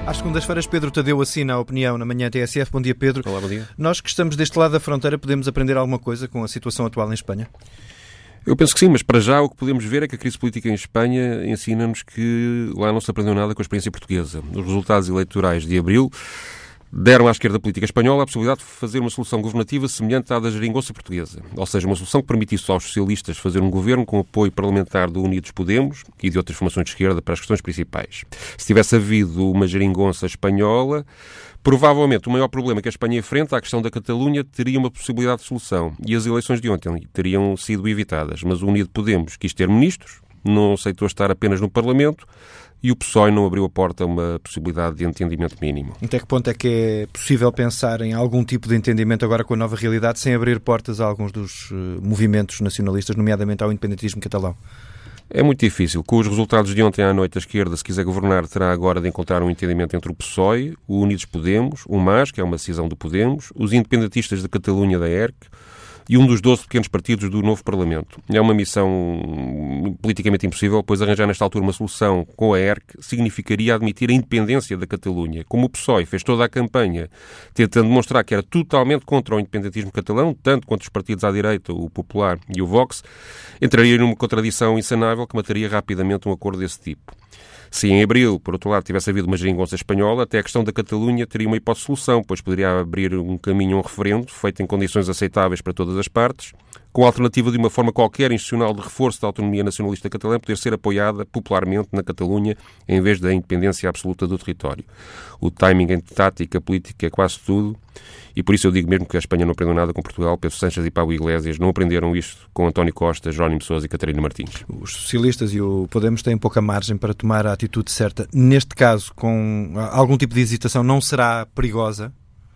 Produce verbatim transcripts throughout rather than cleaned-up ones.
Às segundas-feiras, Pedro Tadeu assina a opinião na manhã T S F. Bom dia, Pedro. Olá, bom dia. Nós que estamos deste lado da fronteira, podemos aprender alguma coisa com a situação atual em Espanha? Eu penso que sim, mas para já o que podemos ver é que a crise política em Espanha ensina-nos que lá não se aprendeu nada com a experiência portuguesa. Os resultados eleitorais de abril deram à esquerda política espanhola a possibilidade de fazer uma solução governativa semelhante à da geringonça portuguesa. Ou seja, uma solução que permitisse aos socialistas fazer um governo com apoio parlamentar do Unidos Podemos e de outras formações de esquerda para as questões principais. Se tivesse havido uma geringonça espanhola, provavelmente o maior problema que a Espanha enfrenta, a questão da Catalunha, teria uma possibilidade de solução. E as eleições de ontem teriam sido evitadas. Mas o Unido Podemos quis ter ministros, não aceitou estar apenas no Parlamento, e o P S O E não abriu a porta a uma possibilidade de entendimento mínimo. Até que ponto é que é possível pensar em algum tipo de entendimento agora com a nova realidade, sem abrir portas a alguns dos uh, movimentos nacionalistas, nomeadamente ao independentismo catalão? É muito difícil. Com os resultados de ontem à noite, a esquerda, se quiser governar, terá agora de encontrar um entendimento entre o P S O E, o Unidos Podemos, o M A S, que é uma cisão do Podemos, os independentistas da Catalunha, da E R C, e um dos doze pequenos partidos do novo Parlamento. É uma missão politicamente impossível, pois arranjar nesta altura uma solução com a E R C significaria admitir a independência da Catalunha. Como o P S O E fez toda a campanha tentando demonstrar que era totalmente contra o independentismo catalão, tanto quanto os partidos à direita, o Popular e o Vox, entraria numa contradição insanável que mataria rapidamente um acordo desse tipo. Se em abril, por outro lado, tivesse havido uma geringonça espanhola, até a questão da Catalunha teria uma hipótese de solução, pois poderia abrir um caminho a um referendo, feito em condições aceitáveis para todas as partes, com a alternativa de uma forma qualquer institucional de reforço da autonomia nacionalista catalã poder ser apoiada popularmente na Catalunha, em vez da independência absoluta do território. O timing em tática política é quase tudo, e por isso eu digo mesmo que a Espanha não aprendeu nada com Portugal. Pedro Sánchez e Pablo Iglesias não aprenderam isto com António Costa, Jerónimo de Sousa e Catarina Martins. Os socialistas e o Podemos têm pouca margem para tomar a atitude certa. Neste caso, com algum tipo de hesitação, não será perigosa?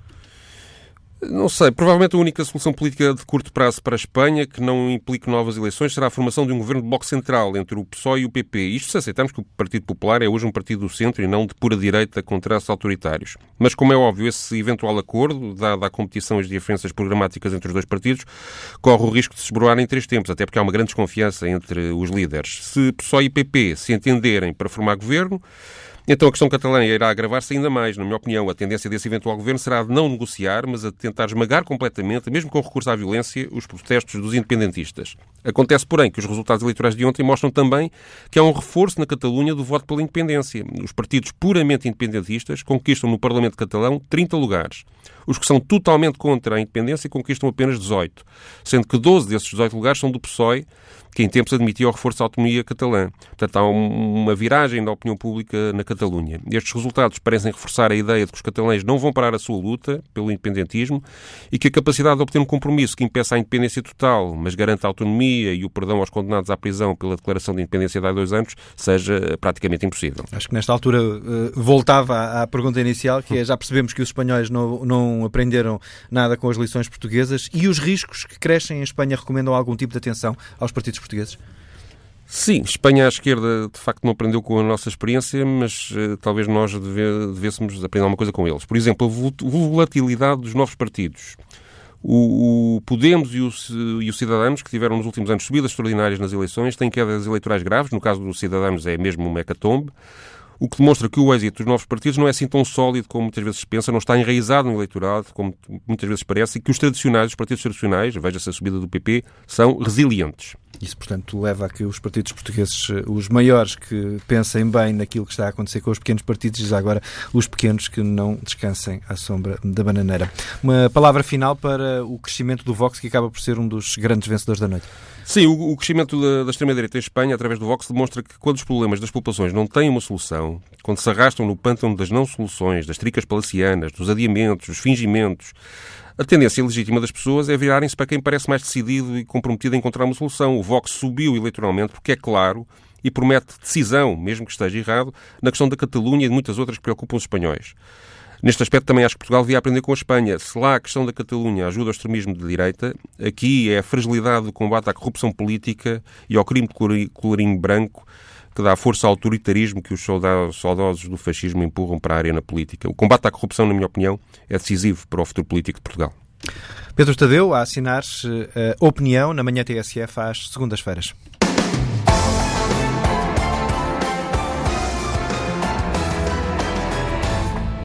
Não sei. Provavelmente a única solução política de curto prazo para a Espanha, que não implique novas eleições, será a formação de um governo de bloco central entre o P S O E e o P P. Isto se aceitarmos que o Partido Popular é hoje um partido do centro e não de pura direita com traços autoritários. Mas, como é óbvio, esse eventual acordo, dada a competição e as diferenças programáticas entre os dois partidos, corre o risco de se esboroar em três tempos, até porque há uma grande desconfiança entre os líderes. Se P S O E e P P se entenderem para formar governo, então a questão catalã irá agravar-se ainda mais. Na minha opinião, a tendência desse eventual governo será de não negociar, mas a tentar esmagar completamente, mesmo com recurso à violência, os protestos dos independentistas. Acontece, porém, que os resultados eleitorais de ontem mostram também que há um reforço na Catalunha do voto pela independência. Os partidos puramente independentistas conquistam no Parlamento catalão trinta lugares. Os que são totalmente contra a independência conquistam apenas dezoito, sendo que doze desses dezoito lugares são do P S O E, que em tempos admitia o reforço da autonomia catalã. Portanto, há um, uma viragem da opinião pública na Catalunha. Estes resultados parecem reforçar a ideia de que os catalães não vão parar a sua luta pelo independentismo e que a capacidade de obter um compromisso que impeça a independência total, mas garanta a autonomia e o perdão aos condenados à prisão pela declaração de independência de há dois anos, seja praticamente impossível. Acho que nesta altura uh, voltava à, à pergunta inicial, que é, já percebemos que os espanhóis não, não aprenderam nada com as lições portuguesas, e os riscos que crescem em Espanha recomendam algum tipo de atenção aos partidos portugueses? Sim, Espanha à esquerda de facto não aprendeu com a nossa experiência, mas uh, talvez nós deve, devêssemos aprender alguma coisa com eles. Por exemplo, a volatilidade dos novos partidos. O, o Podemos e o, e o Cidadanos, que tiveram nos últimos anos subidas extraordinárias nas eleições, têm quedas eleitorais graves. No caso dos Cidadanos é mesmo uma hecatombe, o que demonstra que o êxito dos novos partidos não é assim tão sólido como muitas vezes se pensa, não está enraizado no eleitorado, como muitas vezes parece, e que os tradicionais, os partidos tradicionais, veja-se a subida do P P, são resilientes. Isso, portanto, leva a que os partidos portugueses, os maiores, que pensem bem naquilo que está a acontecer com os pequenos partidos, e já agora os pequenos que não descansem à sombra da bananeira. Uma palavra final para o crescimento do Vox, que acaba por ser um dos grandes vencedores da noite. Sim, o, o crescimento da, da extrema-direita em Espanha, através do Vox, demonstra que quando os problemas das populações não têm uma solução, quando se arrastam no pântano das não-soluções, das tricas palacianas, dos adiamentos, dos fingimentos, a tendência legítima das pessoas é virarem-se para quem parece mais decidido e comprometido a encontrar uma solução. O Vox subiu eleitoralmente porque é claro e promete decisão, mesmo que esteja errado, na questão da Catalunha e de muitas outras que preocupam os espanhóis. Neste aspecto também acho que Portugal devia aprender com a Espanha. Se lá a questão da Catalunha ajuda ao extremismo de direita, aqui é a fragilidade do combate à corrupção política e ao crime de colorinho branco que dá força ao autoritarismo que os soldados, saudosos do fascismo empurram para a arena política. O combate à corrupção, na minha opinião, é decisivo para o futuro político de Portugal. Pedro Tadeu, a assinar a opinião na manhã T S F às segundas-feiras.